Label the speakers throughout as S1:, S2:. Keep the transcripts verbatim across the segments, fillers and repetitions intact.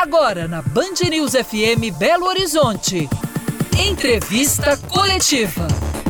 S1: Agora na Band News F M Belo Horizonte. Entrevista coletiva.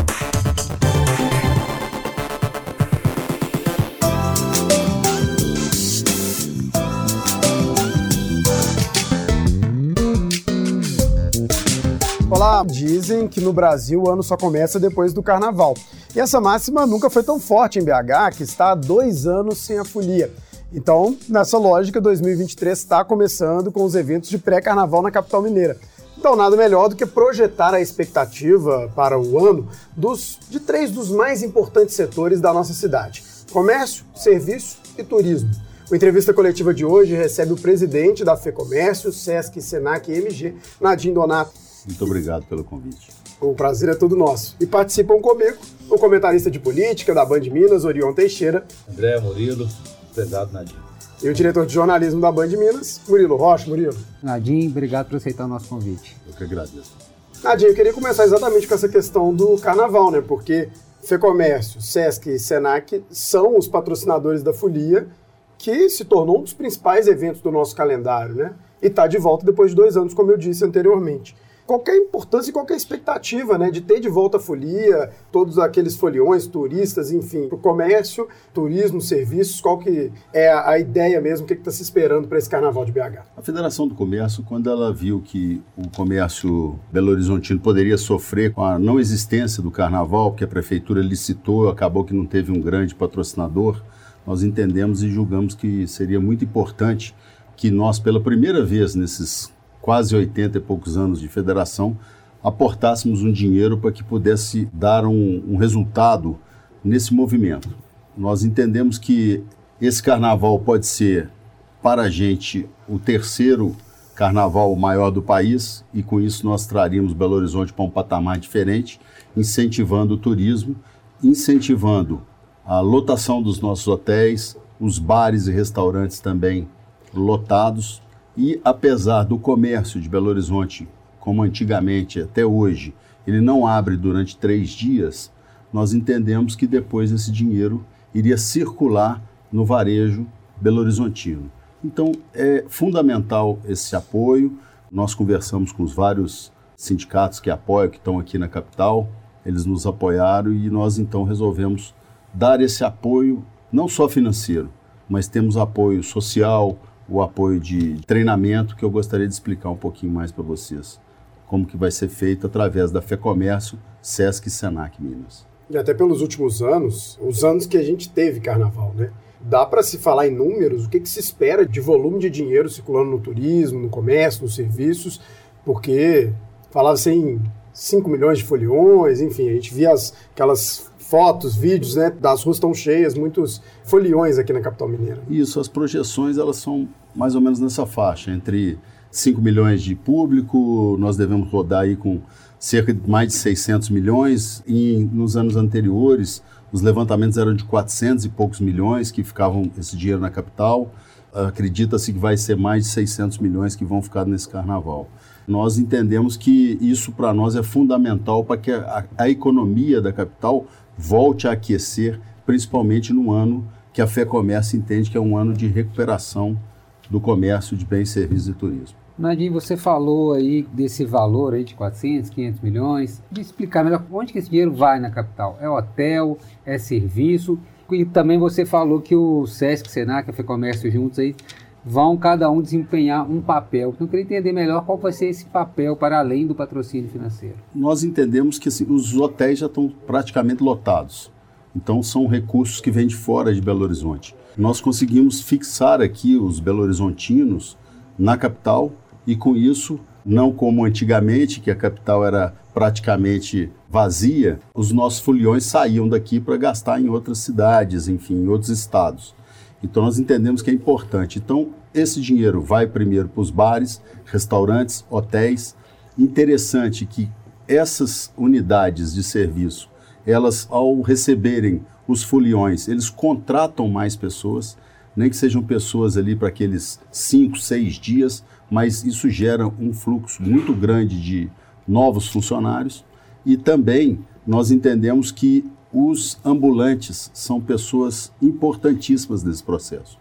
S2: Olá, dizem que no Brasil o ano só começa depois do carnaval. E essa máxima nunca foi tão forte em B H, que está há dois anos sem a folia. Então, nessa lógica, dois mil e vinte e três está começando com os eventos de pré-carnaval na capital mineira. Então, nada melhor do que projetar a expectativa para o ano dos, de três dos mais importantes setores da nossa cidade: comércio, serviço e turismo. O Entrevista Coletiva de hoje recebe o presidente da FEComércio, Sesc, Senac e M G, Nadim Donato.
S3: Muito obrigado pelo convite.
S2: O prazer é todo nosso. E participam comigo o comentarista de política da Band Minas, Orion Teixeira.
S4: André Murilo, prezado Nadim.
S2: E o diretor de jornalismo da Band Minas, Murilo Rocha. Murilo.
S5: Nadim, obrigado por aceitar o nosso convite.
S3: Eu que agradeço.
S2: Nadim, eu queria começar exatamente com essa questão do carnaval, né? Porque FEComércio, Sesc e Senac são os patrocinadores da folia, que se tornou um dos principais eventos do nosso calendário, né? E está de volta depois de dois anos, como eu disse anteriormente. Qual que é a importância e qual que é a expectativa, né, de ter de volta a folia, todos aqueles foliões, turistas, enfim, para o comércio, turismo, serviços, qual que é a, a ideia mesmo, o que está se esperando para esse carnaval de B H?
S3: A Federação do Comércio, quando ela viu que o comércio belo-horizontino poderia sofrer com a não existência do carnaval, que a prefeitura licitou, acabou que não teve um grande patrocinador, nós entendemos e julgamos que seria muito importante que nós, pela primeira vez nesses quase oitenta e poucos anos de federação, aportássemos um dinheiro para que pudesse dar um, um resultado nesse movimento. Nós entendemos que esse carnaval pode ser, para a gente, o terceiro carnaval maior do país, e com isso nós traríamos Belo Horizonte para um patamar diferente, incentivando o turismo, incentivando a lotação dos nossos hotéis, os bares e restaurantes também lotados. E apesar do comércio de Belo Horizonte, como antigamente até hoje, ele não abre durante três dias, nós entendemos que depois esse dinheiro iria circular no varejo belo-horizontino. Então é fundamental esse apoio. Nós conversamos com os vários sindicatos que apoiam, que estão aqui na capital, eles nos apoiaram e nós então resolvemos dar esse apoio, não só financeiro, mas temos apoio social, o apoio de treinamento, que eu gostaria de explicar um pouquinho mais para vocês, como que vai ser feito através da FEComércio, Sesc e Senac Minas.
S2: E até pelos últimos anos, os anos que a gente teve carnaval, né? Dá para se falar em números, o que, que se espera de volume de dinheiro circulando no turismo, no comércio, nos serviços, porque falava-se em cinco milhões de foliões, enfim, a gente via as, aquelas fotos, vídeos, né, das ruas tão cheias, muitos foliões aqui na capital mineira.
S3: Isso, as projeções elas são mais ou menos nessa faixa, entre cinco milhões de público, nós devemos rodar aí com cerca de mais de seiscentos milhões, e nos anos anteriores os levantamentos eram de quatrocentos e poucos milhões que ficavam esse dinheiro na capital. Acredita-se que vai ser mais de seiscentos milhões que vão ficar nesse carnaval. Nós entendemos que isso para nós é fundamental para que a, a economia da capital volte a aquecer, principalmente no ano que a FEComércio entende que é um ano de recuperação do comércio de bens, serviços e turismo.
S5: Nadim, você falou aí desse valor aí de quatrocentos, quinhentos milhões. De explicar melhor onde que esse dinheiro vai na capital. É hotel, é serviço? E também você falou que o Sesc, Senac, a FEComércio juntos aí vão cada um desempenhar um papel. Então eu queria entender melhor qual vai ser esse papel para além do patrocínio financeiro.
S3: Nós entendemos que assim, os hotéis já estão praticamente lotados. Então são recursos que vêm de fora de Belo Horizonte. Nós conseguimos fixar aqui os belo-horizontinos na capital e com isso, não como antigamente, que a capital era praticamente vazia, os nossos foliões saíam daqui para gastar em outras cidades, enfim, em outros estados. Então nós entendemos que é importante. Então esse dinheiro vai primeiro para os bares, restaurantes, hotéis. Interessante que essas unidades de serviço, elas ao receberem os foliões, eles contratam mais pessoas, nem que sejam pessoas ali para aqueles cinco, seis dias, mas isso gera um fluxo muito grande de novos funcionários. E também nós entendemos que os ambulantes são pessoas importantíssimas nesse processo.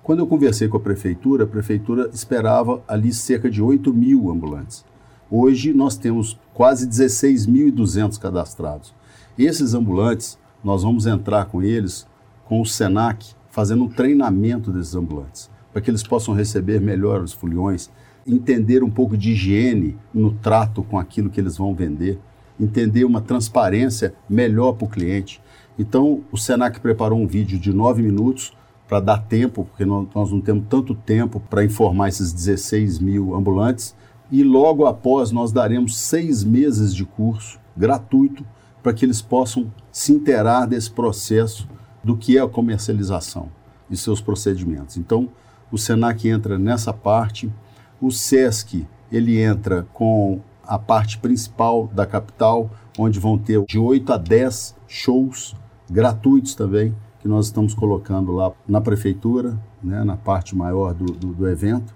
S3: Quando eu conversei com a prefeitura, a prefeitura esperava ali cerca de oito mil ambulantes. Hoje nós temos quase dezesseis mil e duzentos cadastrados. Esses ambulantes, nós vamos entrar com eles, com o Senac, fazendo um treinamento desses ambulantes, para que eles possam receber melhor os foliões, entender um pouco de higiene no trato com aquilo que eles vão vender, entender uma transparência melhor para o cliente. Então, o Senac preparou um vídeo de nove minutos para dar tempo, porque nós não temos tanto tempo para informar esses dezesseis mil ambulantes, e logo após nós daremos seis meses de curso gratuito para que eles possam se inteirar desse processo do que é a comercialização e seus procedimentos. Então, o Senac entra nessa parte, o SESC ele entra com a parte principal da capital, onde vão ter de oito a dez shows gratuitos também, que nós estamos colocando lá na prefeitura, né, na parte maior do, do, do evento.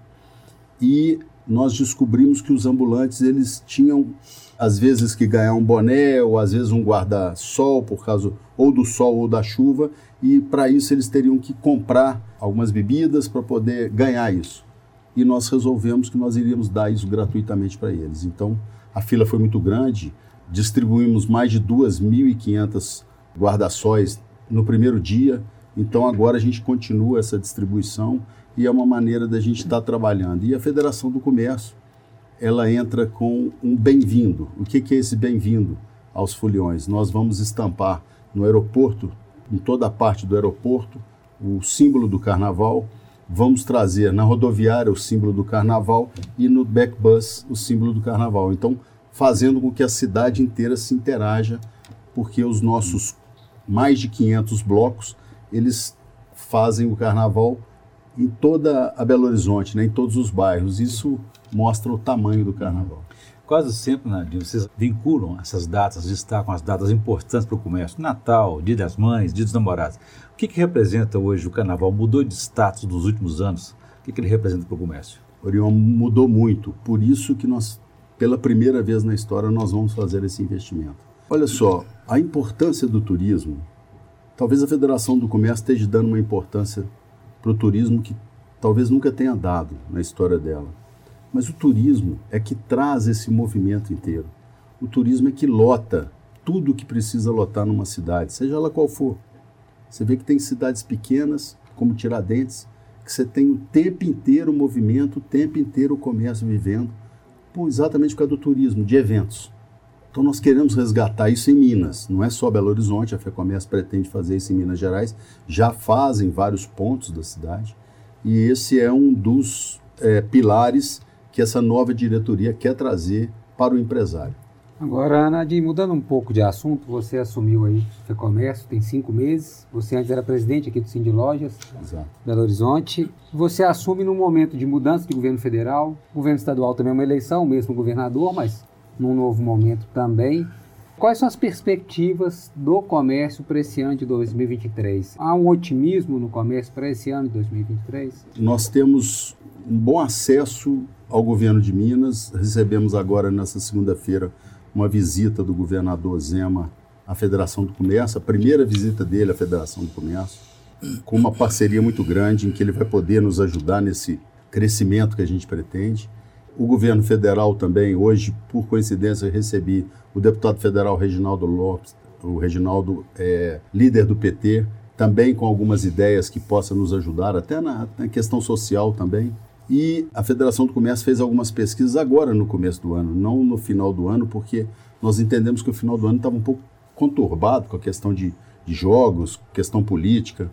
S3: E nós descobrimos que os ambulantes, eles tinham, às vezes, que ganhar um boné, ou às vezes um guarda-sol, por causa ou do sol ou da chuva, e para isso eles teriam que comprar algumas bebidas para poder ganhar isso. E nós resolvemos que nós iríamos dar isso gratuitamente para eles. Então, a fila foi muito grande, distribuímos mais de duas mil e quinhentos guarda-sóis no primeiro dia, então agora a gente continua essa distribuição e é uma maneira da gente estar trabalhando. E a Federação do Comércio, ela entra com um bem-vindo. O que, que é esse bem-vindo aos foliões? Nós vamos estampar no aeroporto, em toda a parte do aeroporto, o símbolo do carnaval. Vamos trazer na rodoviária o símbolo do carnaval e no backbus o símbolo do carnaval. Então, fazendo com que a cidade inteira se interaja, porque os nossos mais de quinhentos blocos, eles fazem o carnaval em toda a Belo Horizonte, né, em todos os bairros. Isso mostra o tamanho do carnaval.
S4: Quase sempre, Nadinho, vocês vinculam essas datas, destacam as datas importantes para o comércio. Natal, Dia das Mães, Dia dos Namorados. O que, que representa hoje o carnaval? Mudou de status nos últimos anos? O que, que ele representa para o comércio?
S3: Orion, mudou muito. Por isso que nós, pela primeira vez na história, nós vamos fazer esse investimento. Olha só, a importância do turismo, talvez a Federação do Comércio esteja dando uma importância para o turismo que talvez nunca tenha dado na história dela. Mas o turismo é que traz esse movimento inteiro. O turismo é que lota tudo que precisa lotar numa cidade, seja ela qual for. Você vê que tem cidades pequenas, como Tiradentes, que você tem o tempo inteiro o movimento, o tempo inteiro o comércio vivendo, por, exatamente por causa do turismo, de eventos. Então nós queremos resgatar isso em Minas, não é só Belo Horizonte, a FEComércio pretende fazer isso em Minas Gerais, já fazem vários pontos da cidade, e esse é um dos é, pilares que essa nova diretoria quer trazer para o empresário.
S5: Agora, Nadim, mudando um pouco de assunto, você assumiu aí o FEComércio, tem cinco meses, você antes era presidente aqui do Cindy Lojas,
S3: Exato.
S5: Belo Horizonte, você assume num momento de mudança de governo federal, o governo estadual também é uma eleição, mesmo governador, mas num novo momento também. Quais são as perspectivas do comércio para esse ano de dois mil e vinte e três? Há um otimismo no comércio para esse ano de dois mil e vinte e três?
S3: Nós temos um bom acesso ao governo de Minas. Recebemos agora, nessa segunda-feira, uma visita do governador Zema à Federação do Comércio, a primeira visita dele à Federação do Comércio, com uma parceria muito grande em que ele vai poder nos ajudar nesse crescimento que a gente pretende. O governo federal também, hoje, por coincidência, eu recebi o deputado federal Reginaldo Lopes, o Reginaldo é líder do P T, também com algumas ideias que possam nos ajudar, até na, na questão social também. E a Federação do Comércio fez algumas pesquisas agora no começo do ano, não no final do ano, porque nós entendemos que o final do ano estava um pouco conturbado com a questão de, de jogos, questão política,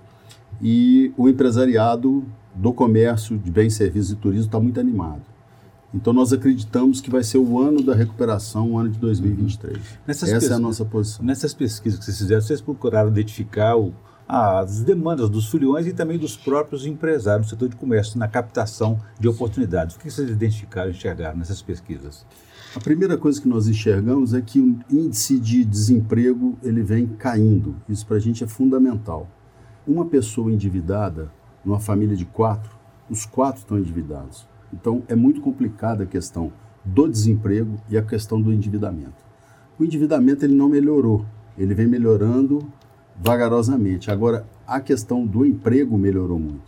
S3: e o empresariado do comércio de bens, serviços e turismo está muito animado. Então nós acreditamos que vai ser o ano da recuperação, o ano de dois mil e vinte e três.
S4: Nessas
S3: Essa
S4: pesquisas,
S3: é a nossa posição.
S4: Nessas pesquisas que vocês fizeram, vocês procuraram identificar o, as demandas dos foliões e também dos próprios empresários no setor de comércio, na captação de oportunidades. O que vocês identificaram e enxergaram nessas pesquisas?
S3: A primeira coisa que nós enxergamos é que o índice de desemprego ele vem caindo. Isso para a gente é fundamental. Uma pessoa endividada, numa família de quatro, os quatro estão endividados. Então, é muito complicada a questão do desemprego e a questão do endividamento. O endividamento ele não melhorou, ele vem melhorando vagarosamente. Agora, a questão do emprego melhorou muito.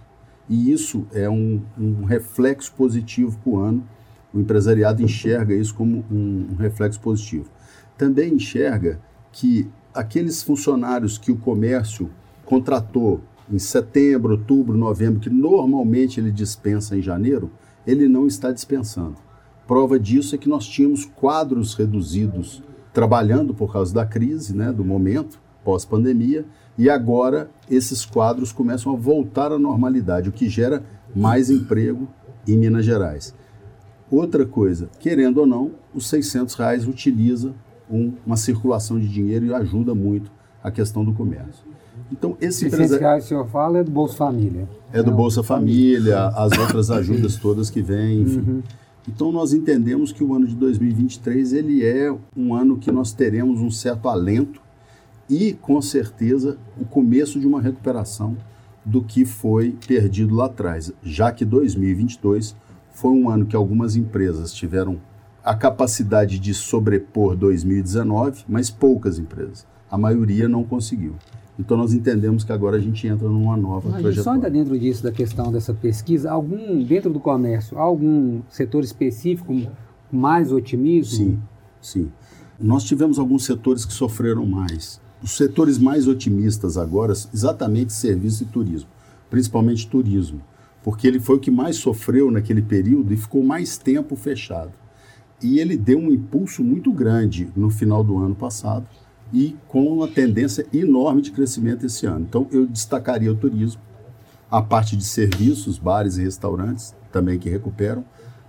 S3: E isso é um, um reflexo positivo para o ano. O empresariado enxerga isso como um, um reflexo positivo. Também enxerga que aqueles funcionários que o comércio contratou em setembro, outubro, novembro, que normalmente ele dispensa em janeiro, ele não está dispensando. Prova disso é que nós tínhamos quadros reduzidos trabalhando por causa da crise, né, do momento, pós-pandemia, e agora esses quadros começam a voltar à normalidade, o que gera mais emprego em Minas Gerais. Outra coisa, querendo ou não, os seiscentos reais utiliza um, uma circulação de dinheiro e ajuda muito a questão do comércio. Então, esse
S5: seiscentos reais que o senhor fala é do Bolsa Família.
S3: É do Bolsa Família, as outras ajudas todas que vêm, enfim. Uhum. Então, nós entendemos que o ano de dois mil e vinte e três ele é um ano que nós teremos um certo alento e, com certeza, o começo de uma recuperação do que foi perdido lá atrás, já que dois mil e vinte e dois foi um ano que algumas empresas tiveram a capacidade de sobrepor dois mil e dezenove, mas poucas empresas. A maioria não conseguiu. Então, nós entendemos que agora a gente entra numa nova
S5: Mas
S3: trajetória.
S5: Só ainda dentro disso, da questão dessa pesquisa, algum, dentro do comércio, algum setor específico com mais otimismo?
S3: Sim, sim. Nós tivemos alguns setores que sofreram mais. Os setores mais otimistas agora, exatamente serviço e turismo, principalmente turismo, porque ele foi o que mais sofreu naquele período e ficou mais tempo fechado. E ele deu um impulso muito grande no final do ano passado, e com uma tendência enorme de crescimento esse ano. Então, eu destacaria o turismo, a parte de serviços, bares e restaurantes, também que recuperam,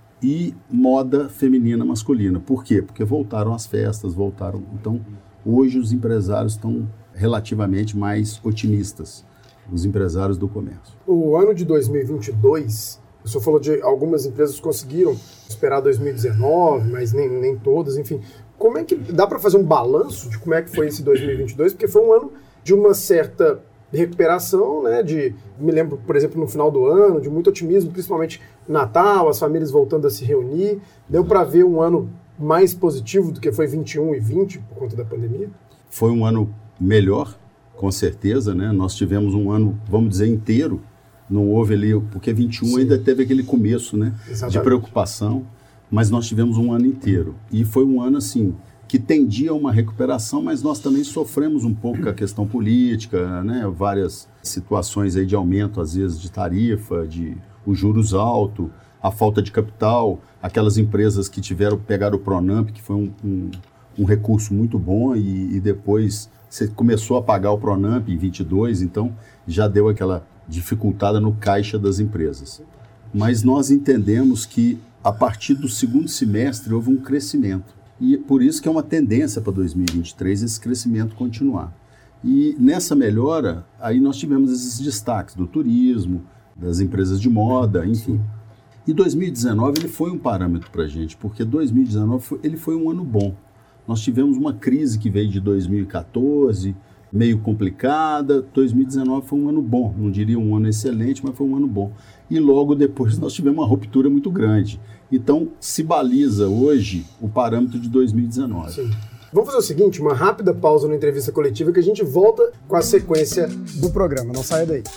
S3: e moda feminina masculina. Por quê? Porque voltaram as festas, voltaram... Então, hoje os empresários estão relativamente mais otimistas, os empresários do comércio.
S2: O ano de dois mil e vinte e dois, o senhor falou de algumas empresas conseguiram esperar dois mil e dezenove, mas nem, nem todas, enfim... Como é que dá para fazer um balanço de como é que foi esse dois mil e vinte e dois? Porque foi um ano de uma certa recuperação, né? De, me lembro, por exemplo, no final do ano, de muito otimismo, principalmente Natal, as famílias voltando a se reunir. Deu para ver um ano mais positivo do que foi vinte e um e vinte por conta da pandemia?
S3: Foi um ano melhor, com certeza, né? Nós tivemos um ano, vamos dizer, inteiro. Não houve ali, porque vinte e um Sim. ainda teve aquele começo, né? De preocupação. Mas nós tivemos um ano inteiro. E foi um ano, assim, que tendia a uma recuperação, mas nós também sofremos um pouco com a questão política, né? Várias situações aí de aumento, às vezes, de tarifa, de os juros altos, a falta de capital, aquelas empresas que tiveram, pegaram o Pronamp, que foi um, um, um recurso muito bom, e, e depois você começou a pagar o Pronamp em vinte e dois, então já deu aquela dificultada no caixa das empresas. Mas nós entendemos que a partir do segundo semestre houve um crescimento. E por isso que é uma tendência para dois mil e vinte e três esse crescimento continuar. E nessa melhora, aí nós tivemos esses destaques do turismo, das empresas de moda, enfim. E dois mil e dezenove ele foi um parâmetro para a gente, porque dois mil e dezenove foi, ele foi um ano bom. Nós tivemos uma crise que veio de dois mil e quatorze, meio complicada. dois mil e dezenove foi um ano bom, não diria um ano excelente, mas foi um ano bom. E logo depois nós tivemos uma ruptura muito grande. Então, se baliza hoje o parâmetro de dois mil e dezenove.
S2: Sim. Vamos fazer o seguinte, uma rápida pausa na entrevista coletiva que a gente volta com a sequência do programa. Não saia daí.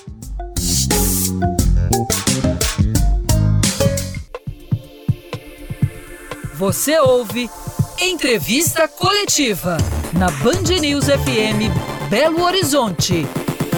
S1: Você ouve Entrevista Coletiva na Band News F M Belo Horizonte.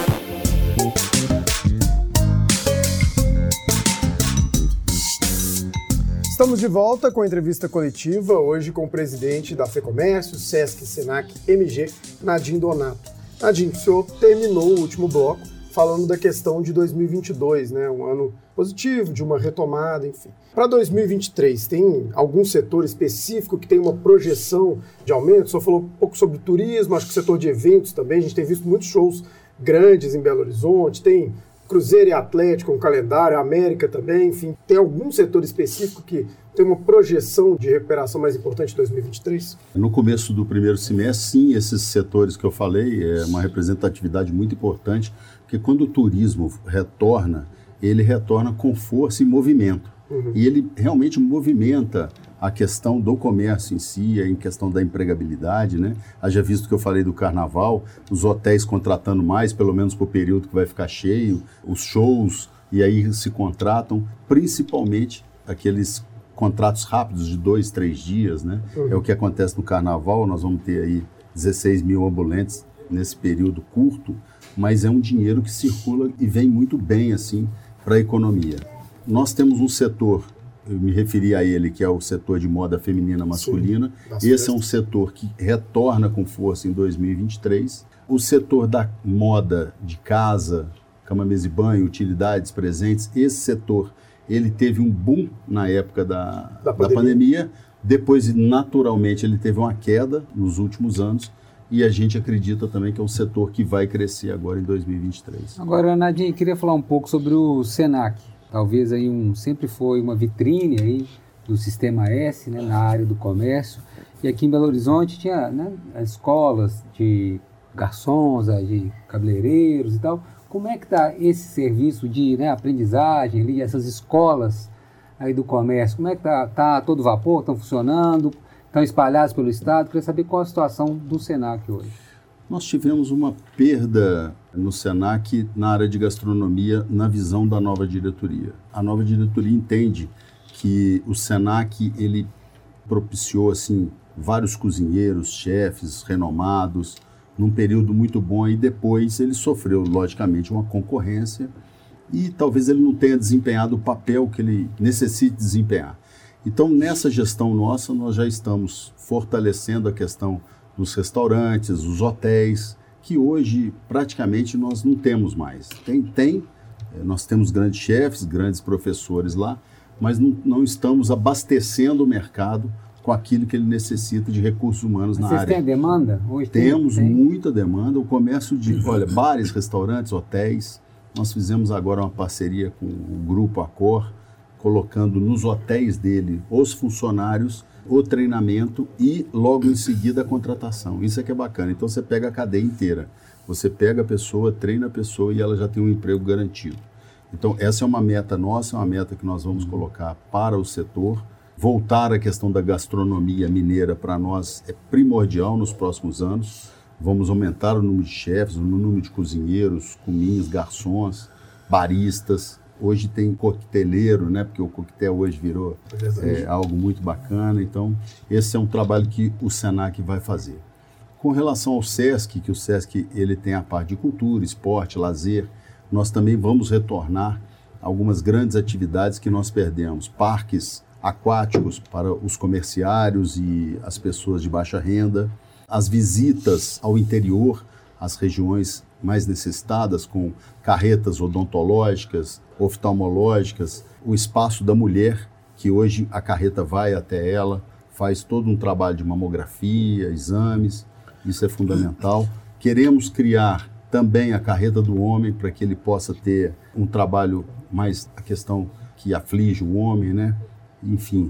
S2: Estamos de volta com a entrevista coletiva, hoje com o presidente da FEComércio, Sesc, Senac, M G, Nadim Donato. Nadim, o senhor terminou o último bloco falando da questão de dois mil e vinte e dois, né? Um ano positivo, de uma retomada, enfim. Para dois mil e vinte e três, tem algum setor específico que tem uma projeção de aumento? O senhor falou um pouco sobre turismo, acho que o setor de eventos também, a gente tem visto muitos shows grandes em Belo Horizonte, tem Cruzeiro e Atlético, um calendário, América também, enfim. Tem algum setor específico que tem uma projeção de recuperação mais importante em dois mil e vinte e três?
S3: No começo do primeiro semestre, sim, esses setores que eu falei, é uma representatividade muito importante, porque quando o turismo retorna, ele retorna com força e movimento. Uhum. E ele realmente movimenta a questão do comércio em si, em questão da empregabilidade, né? Haja visto que eu falei do carnaval, os hotéis contratando mais, pelo menos para o período que vai ficar cheio, os shows e aí se contratam, principalmente aqueles contratos rápidos de dois, três dias, né? Uhum. É o que acontece no Carnaval, nós vamos ter aí dezesseis mil ambulantes nesse período curto, mas é um dinheiro que circula e vem muito bem, assim, para a economia. Nós temos um setor, eu me referi a ele, que é o setor de moda feminina masculina. Sim, esse é um setor que retorna com força em dois mil e vinte e três. O setor da moda de casa, cama, mesa e banho, utilidades, presentes, esse setor, ele teve um boom na época da, da, pandemia. da pandemia. Depois, naturalmente, ele teve uma queda nos últimos anos. E a gente acredita também que é um setor que vai crescer agora em dois mil e vinte e três.
S5: Agora, Nadinha, queria falar um pouco sobre o Senac. Talvez aí um, sempre foi uma vitrine aí do Sistema S, né, na área do comércio. E aqui em Belo Horizonte tinha, né, as escolas de garçons, de cabeleireiros e tal. Como é que está esse serviço de, né, aprendizagem ali, essas escolas aí do comércio? Como é que está? Está todo vapor? Estão funcionando? Estão espalhados pelo Estado? Queria saber qual a situação do Senac hoje.
S3: Nós tivemos uma perda no Senac na área de gastronomia, na visão da nova diretoria. A nova diretoria entende que o Senac, ele propiciou assim, vários cozinheiros, chefes renomados, num período muito bom, e depois ele sofreu, logicamente, uma concorrência e talvez ele não tenha desempenhado o papel que ele necessite desempenhar. Então, nessa gestão nossa, nós já estamos fortalecendo a questão dos restaurantes, os hotéis, que hoje praticamente nós não temos mais. Tem, tem nós temos grandes chefes, grandes professores lá, mas não, não estamos abastecendo o mercado com aquilo que ele necessita de recursos humanos
S5: mas
S3: na área.
S5: Vocês têm demanda? Hoje
S3: temos
S5: tem,
S3: muita demanda. O comércio de, olha, bares, restaurantes, hotéis. Nós fizemos agora uma parceria com o Grupo Accor, colocando nos hotéis dele os funcionários, o treinamento e logo em seguida a contratação. Isso é que é bacana. Então você pega a cadeia inteira. Você pega a pessoa, treina a pessoa e ela já tem um emprego garantido. Então essa é uma meta nossa, é uma meta que nós vamos colocar para o setor. Voltar à questão da gastronomia mineira para nós é primordial nos próximos anos. Vamos aumentar o número de chefes, o número de cozinheiros, cominhos, garçons, baristas. Hoje tem coqueteleiro, né? Porque o coquetel hoje virou é, algo muito bacana. Então, esse é um trabalho que o Senac vai fazer. Com relação ao SESC, que o SESC ele tem a parte de cultura, esporte, lazer, nós também vamos retornar algumas grandes atividades que nós perdemos. Parques aquáticos para os comerciários e as pessoas de baixa renda, as visitas ao interior, às regiões mais necessitadas, com carretas odontológicas, oftalmológicas, o espaço da mulher, que hoje a carreta vai até ela, faz todo um trabalho de mamografia, exames, isso é fundamental. Queremos criar também a carreta do homem, para que ele possa ter um trabalho mais, a questão que aflige o homem, né? Enfim,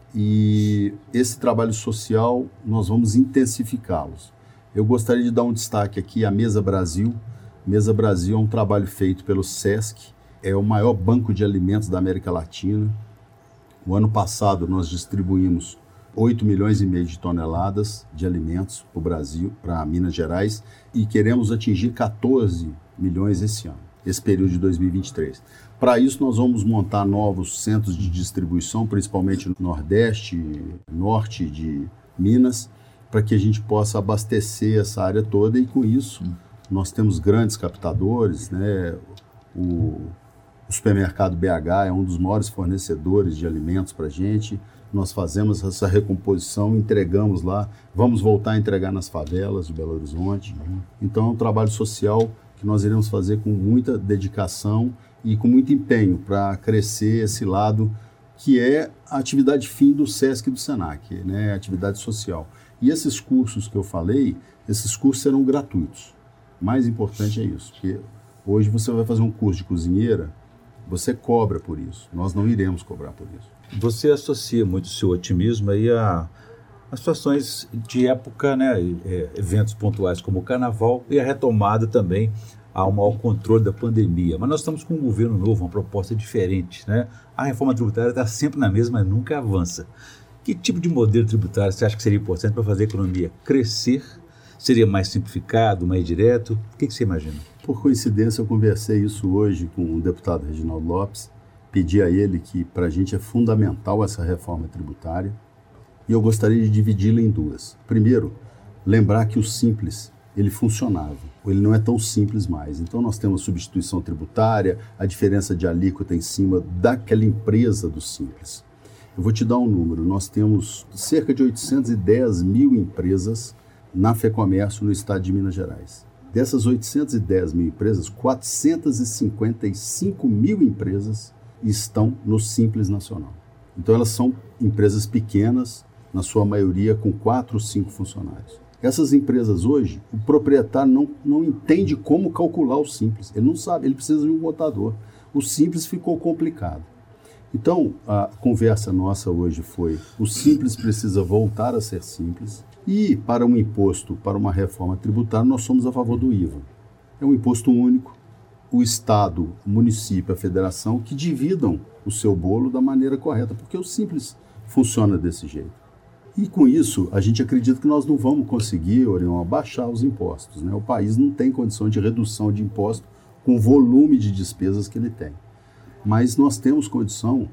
S3: e esse trabalho social nós vamos intensificá-los. Eu gostaria de dar um destaque aqui à Mesa Brasil. Mesa Brasil é um trabalho feito pelo SESC, é o maior banco de alimentos da América Latina. O ano passado nós distribuímos oito milhões e meio de toneladas de alimentos para o Brasil, para Minas Gerais, e queremos atingir quatorze milhões esse ano, esse período de dois mil e vinte e três. Para isso, nós vamos montar novos centros de distribuição, principalmente no Nordeste, Norte de Minas, para que a gente possa abastecer essa área toda, e com isso nós temos grandes captadores, né? O, o supermercado B H é um dos maiores fornecedores de alimentos para a gente. Nós fazemos essa recomposição, entregamos lá, vamos voltar a entregar nas favelas de Belo Horizonte. Então é um trabalho social que nós iremos fazer com muita dedicação e com muito empenho para crescer esse lado que é a atividade fim do SESC e do Senac, né? A atividade social. E esses cursos que eu falei, esses cursos serão gratuitos. O mais importante é isso, porque hoje você vai fazer um curso de cozinheira, você cobra por isso, nós não iremos cobrar por isso.
S4: Você associa muito o seu otimismo aí a, a situações de época, né? Eventos pontuais como o Carnaval e a retomada também ao maior controle da pandemia. Mas nós estamos com um governo novo, uma proposta diferente, né? A reforma tributária está sempre na mesma, mas nunca avança. Que tipo de modelo tributário você acha que seria importante para fazer a economia crescer? Seria mais simplificado, mais direto? O que, que você imagina?
S3: Por coincidência, eu conversei isso hoje com o deputado Reginaldo Lopes, pedi a ele que para a gente é fundamental essa reforma tributária e eu gostaria de dividi-la em duas. Primeiro, lembrar que o Simples, ele funcionava, ele não é tão simples mais. Então nós temos substituição tributária, a diferença de alíquota em cima daquela empresa do Simples. Eu vou te dar um número, nós temos cerca de oitocentas e dez mil empresas na FEComércio no estado de Minas Gerais. Dessas oitocentas e dez mil empresas, quatrocentas e cinquenta e cinco mil empresas estão no Simples Nacional. Então elas são empresas pequenas, na sua maioria com quatro ou cinco funcionários. Essas empresas hoje, o proprietário não, não entende como calcular o Simples. Ele não sabe, ele precisa de um contador. O Simples ficou complicado. Então, a conversa nossa hoje foi, o Simples precisa voltar a ser simples e para um imposto, para uma reforma tributária, nós somos a favor do I V A. É um imposto único, o Estado, o município, a federação, que dividam o seu bolo da maneira correta, porque o Simples funciona desse jeito. E com isso, a gente acredita que nós não vamos conseguir, Orion, abaixar os impostos, né? O país não tem condição de redução de imposto com o volume de despesas que ele tem. Mas nós temos condição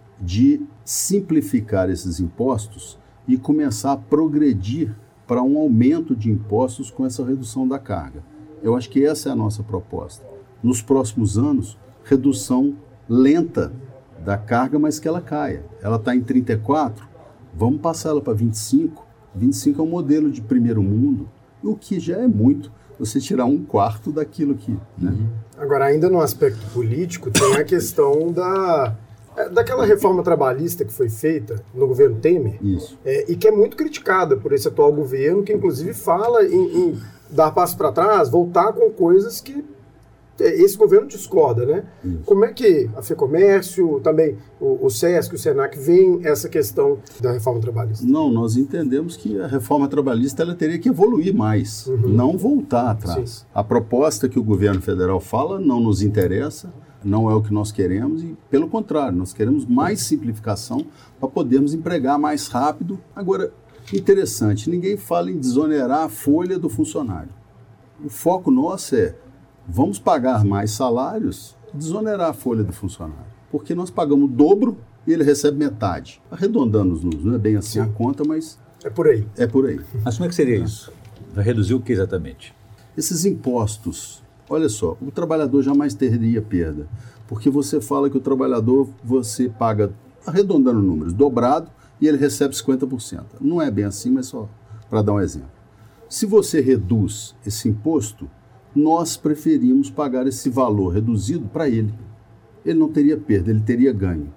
S3: de simplificar esses impostos e começar a progredir para um aumento de impostos com essa redução da carga. Eu acho que essa é a nossa proposta. Nos próximos anos, redução lenta da carga, mas que ela caia. Ela está em trinta e quatro, vamos passar ela para vinte e cinco. vinte e cinco é um modelo de primeiro mundo, o que já é muito, você tirar um quarto daquilo que... Né?
S2: Agora, ainda no aspecto político, tem a questão da... daquela reforma trabalhista que foi feita no governo Temer,
S3: Isso.
S2: É, e que é muito criticada por esse atual governo, que inclusive fala em, em dar passo para trás, voltar com coisas que esse governo discorda, né?
S3: Isso.
S2: Como é que a FEComércio, também o, o SESC, o SENAC, veem essa questão da reforma trabalhista?
S3: Não, nós entendemos que a reforma trabalhista ela teria que evoluir mais, uhum. não voltar atrás. Sim. A proposta que o governo federal fala não nos interessa, não é o que nós queremos e, pelo contrário, nós queremos mais simplificação para podermos empregar mais rápido. Agora, interessante, ninguém fala em desonerar a folha do funcionário. O foco nosso é, vamos pagar mais salários e desonerar a folha do funcionário. Porque nós pagamos o dobro e ele recebe metade. Arredondando os números, não é bem assim Sim. a conta, mas...
S2: É por aí.
S3: É por aí.
S4: Mas como é que seria isso? Vai reduzir o que exatamente?
S3: Esses impostos... Olha só, o trabalhador jamais teria perda, porque você fala que o trabalhador, você paga, arredondando números, dobrado, e ele recebe cinquenta por cento. Não é bem assim, mas só para dar um exemplo. Se você reduz esse imposto, nós preferimos pagar esse valor reduzido para ele. Ele não teria perda, ele teria ganho.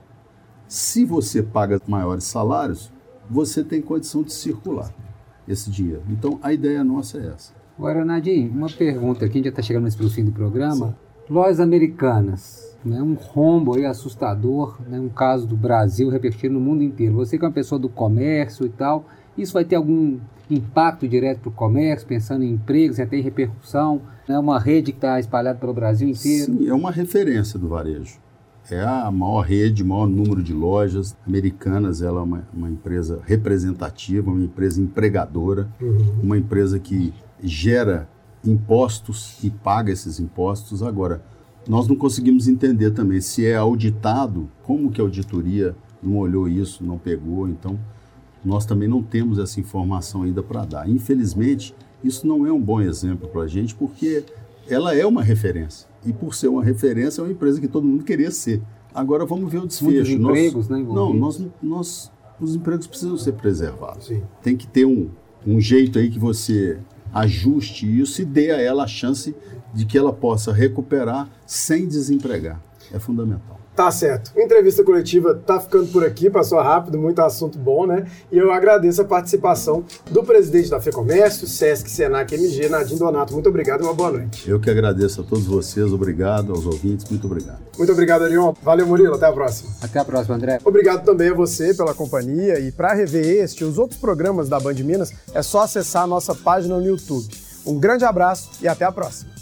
S3: Se você paga maiores salários, você tem condição de circular esse dinheiro. Então, a ideia nossa é essa.
S5: Agora, Nadim, uma pergunta aqui, a gente já está chegando nesse fim do programa. Sim. Lojas americanas, né, um rombo aí assustador, né, um caso do Brasil repercutindo no mundo inteiro. Você que é uma pessoa do comércio e tal, isso vai ter algum impacto direto para o comércio, pensando em empregos, até em repercussão? É uma rede que está espalhada pelo Brasil inteiro?
S3: Sim, é uma referência do varejo. É a maior rede, maior número de lojas americanas. Ela é uma, uma empresa representativa, uma empresa empregadora, uhum. uma empresa que gera impostos e paga esses impostos. Agora, nós não conseguimos entender também se é auditado, como que a auditoria não olhou isso, não pegou. Então, nós também não temos essa informação ainda para dar. Infelizmente, isso não é um bom exemplo para a gente, porque ela é uma referência. E por ser uma referência, é uma empresa que todo mundo queria ser. Agora vamos ver o desfecho.
S5: Muitos empregos,
S3: nós,
S5: né,
S3: não, nós, nós, os empregos precisam ser preservados.
S2: Sim.
S3: Tem que ter um, um jeito aí que você ajuste isso e dê a ela a chance de que ela possa recuperar sem desempregar. É fundamental.
S2: Tá certo. A entrevista coletiva tá ficando por aqui, passou rápido, muito assunto bom, né? E eu agradeço a participação do presidente da FEComércio, SESC, SENAC, M G, Nadim Donato. Muito obrigado e uma boa noite.
S3: Eu que agradeço a todos vocês, obrigado aos ouvintes, muito obrigado.
S2: Muito obrigado, Orion. Valeu, Murilo, até a próxima.
S5: Até a próxima, André.
S2: Obrigado também a você pela companhia e para rever este e os outros programas da Band Minas, é só acessar a nossa página no YouTube. Um grande abraço e até a próxima.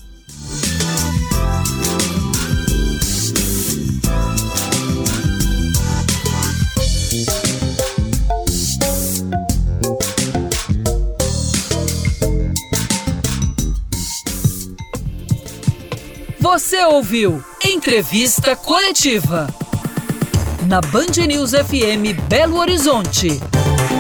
S1: Você ouviu Entrevista Coletiva na Band News F M Belo Horizonte.